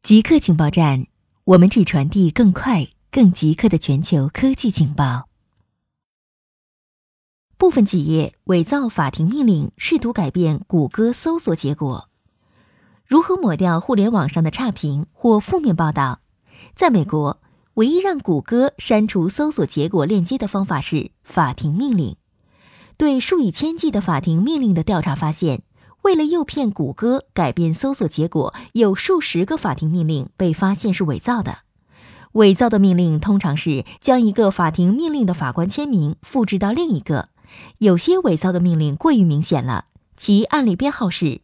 极客情报站，我们只传递更快、更极客的全球科技情报。部分企业伪造法庭命令，试图改变谷歌搜索结果。如何抹掉互联网上的差评或负面报道？在美国，唯一让谷歌删除搜索结果链接的方法是法庭命令。对数以千计的法庭命令的调查发现，为了诱骗谷歌改变搜索结果，有数十个法庭命令被发现是伪造的。伪造的命令通常是将一个法庭命令的法官签名复制到另一个，有些伪造的命令过于明显了，其案例编号是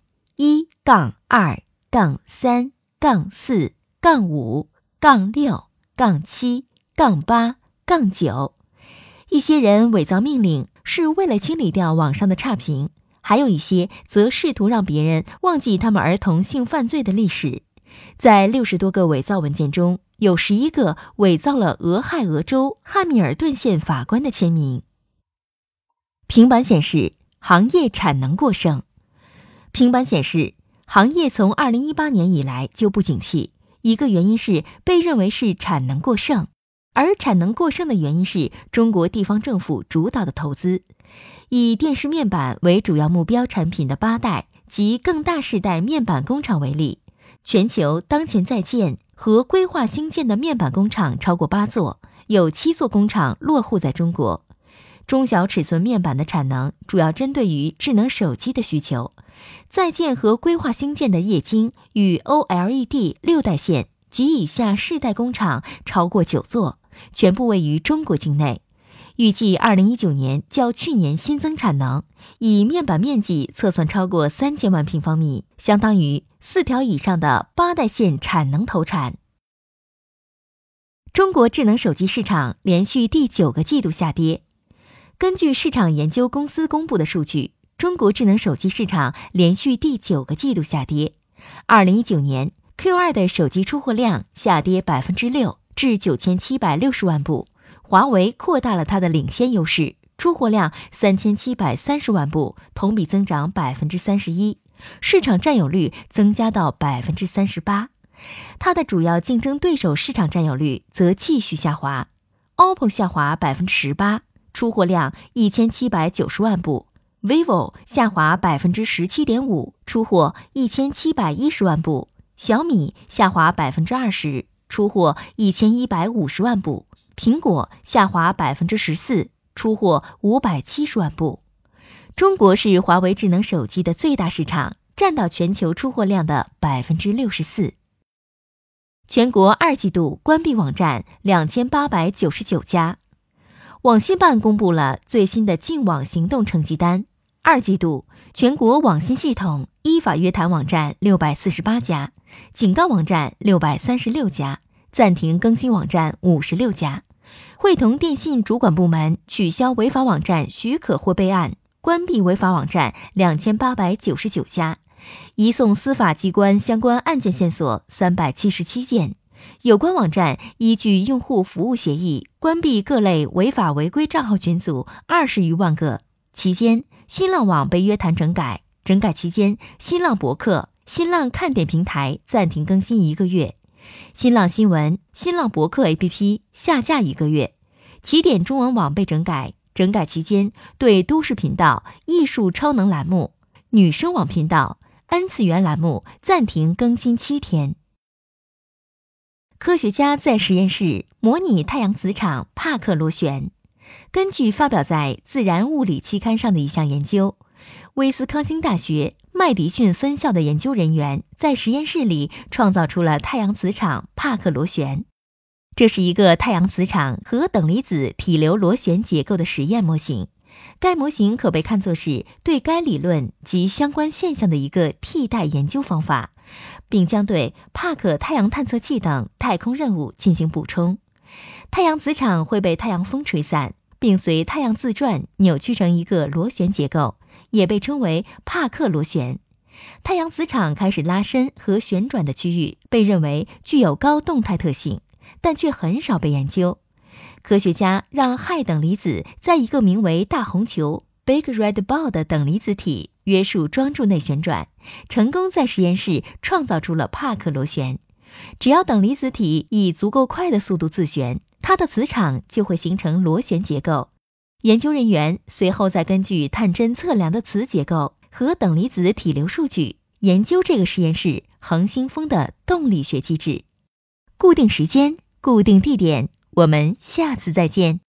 1-2-4-5-6-7-8-9。一些人伪造命令是为了清理掉网上的差评，还有一些则试图让别人忘记他们儿童性犯罪的历史。在60多个伪造文件中，有11个伪造了俄亥俄州汉密尔顿县法官的签名。平板显示，行业产能过剩。平板显示，行业从2018年以来就不景气，一个原因是被认为是产能过剩，而产能过剩的原因是中国地方政府主导的投资。以电视面板为主要目标产品的8代及更大世代面板工厂为例，全球当前在建和规划兴建的面板工厂超过8座，有7座工厂落户在中国。中小尺寸面板的产能主要针对于智能手机的需求，在建和规划兴建的液晶与 OLED 6代线及以下世代工厂超过9座，全部位于中国境内。预计2019年较去年新增产能，以面板面积测算超过3000万平方米，相当于4条以上的8代线产能投产。中国智能手机市场连续第9个季度下跌。根据市场研究公司公布的数据，中国智能手机市场连续第9个季度下跌。2019年 Q2 的手机出货量下跌 6% 至9760万部，华为扩大了它的领先优势，出货量3730万部，同比增长 31%， 市场占有率增加到 38%。它的主要竞争对手市场占有率则继续下滑 ，OPPO 下滑 18%， 出货量1790万部 ，vivo 下滑 17.5%， 出货1710万部，小米下滑 20%， 出货1150万部。苹果下滑 14%， 出货570万部。中国是华为智能手机的最大市场，占到全球出货量的 64%。全国2季度关闭网站2899家。网信办公布了最新的净网行动成绩单，2季度全国网信系统依法约谈网站648家，警告网站636家，暂停更新网站56家。汇同电信主管部门取消违法网站许可或备案，关闭违法网站2899家，移送司法机关相关案件线索377件。有关网站依据用户服务协议关闭各类违法违规账号群组20余万个。期间，新浪网被约谈整改，整改期间，新浪博客、新浪看点平台暂停更新1个月。新浪新闻、新浪博客 APP 下架1个月。起点中文网被整改，整改期间对都市频道、艺术超能栏目、女生网频道、N 次元栏目暂停更新7天。科学家在实验室模拟太阳磁场帕克螺旋。根据发表在《自然物理》期刊上的一项研究，威斯康星大学麦迪逊分校的研究人员在实验室里创造出了太阳磁场帕克螺旋。这是一个太阳磁场和等离子体流螺旋结构的实验模型。该模型可被看作是对该理论及相关现象的一个替代研究方法，并将对帕克太阳探测器等太空任务进行补充。太阳磁场会被太阳风吹散，并随太阳自转扭曲成一个螺旋结构，也被称为帕克螺旋。太阳磁场开始拉伸和旋转的区域被认为具有高动态特性，但却很少被研究。科学家让氦等离子在一个名为大红球 Big Red Ball 的等离子体约束装置内旋转，成功在实验室创造出了帕克螺旋。 只要等离子体以足够快的速度自旋，它的磁场就会形成螺旋结构。研究人员随后再根据探针测量的磁结构和等离子体流数据，研究这个实验室恒星风的动力学机制。固定时间，固定地点，我们下次再见。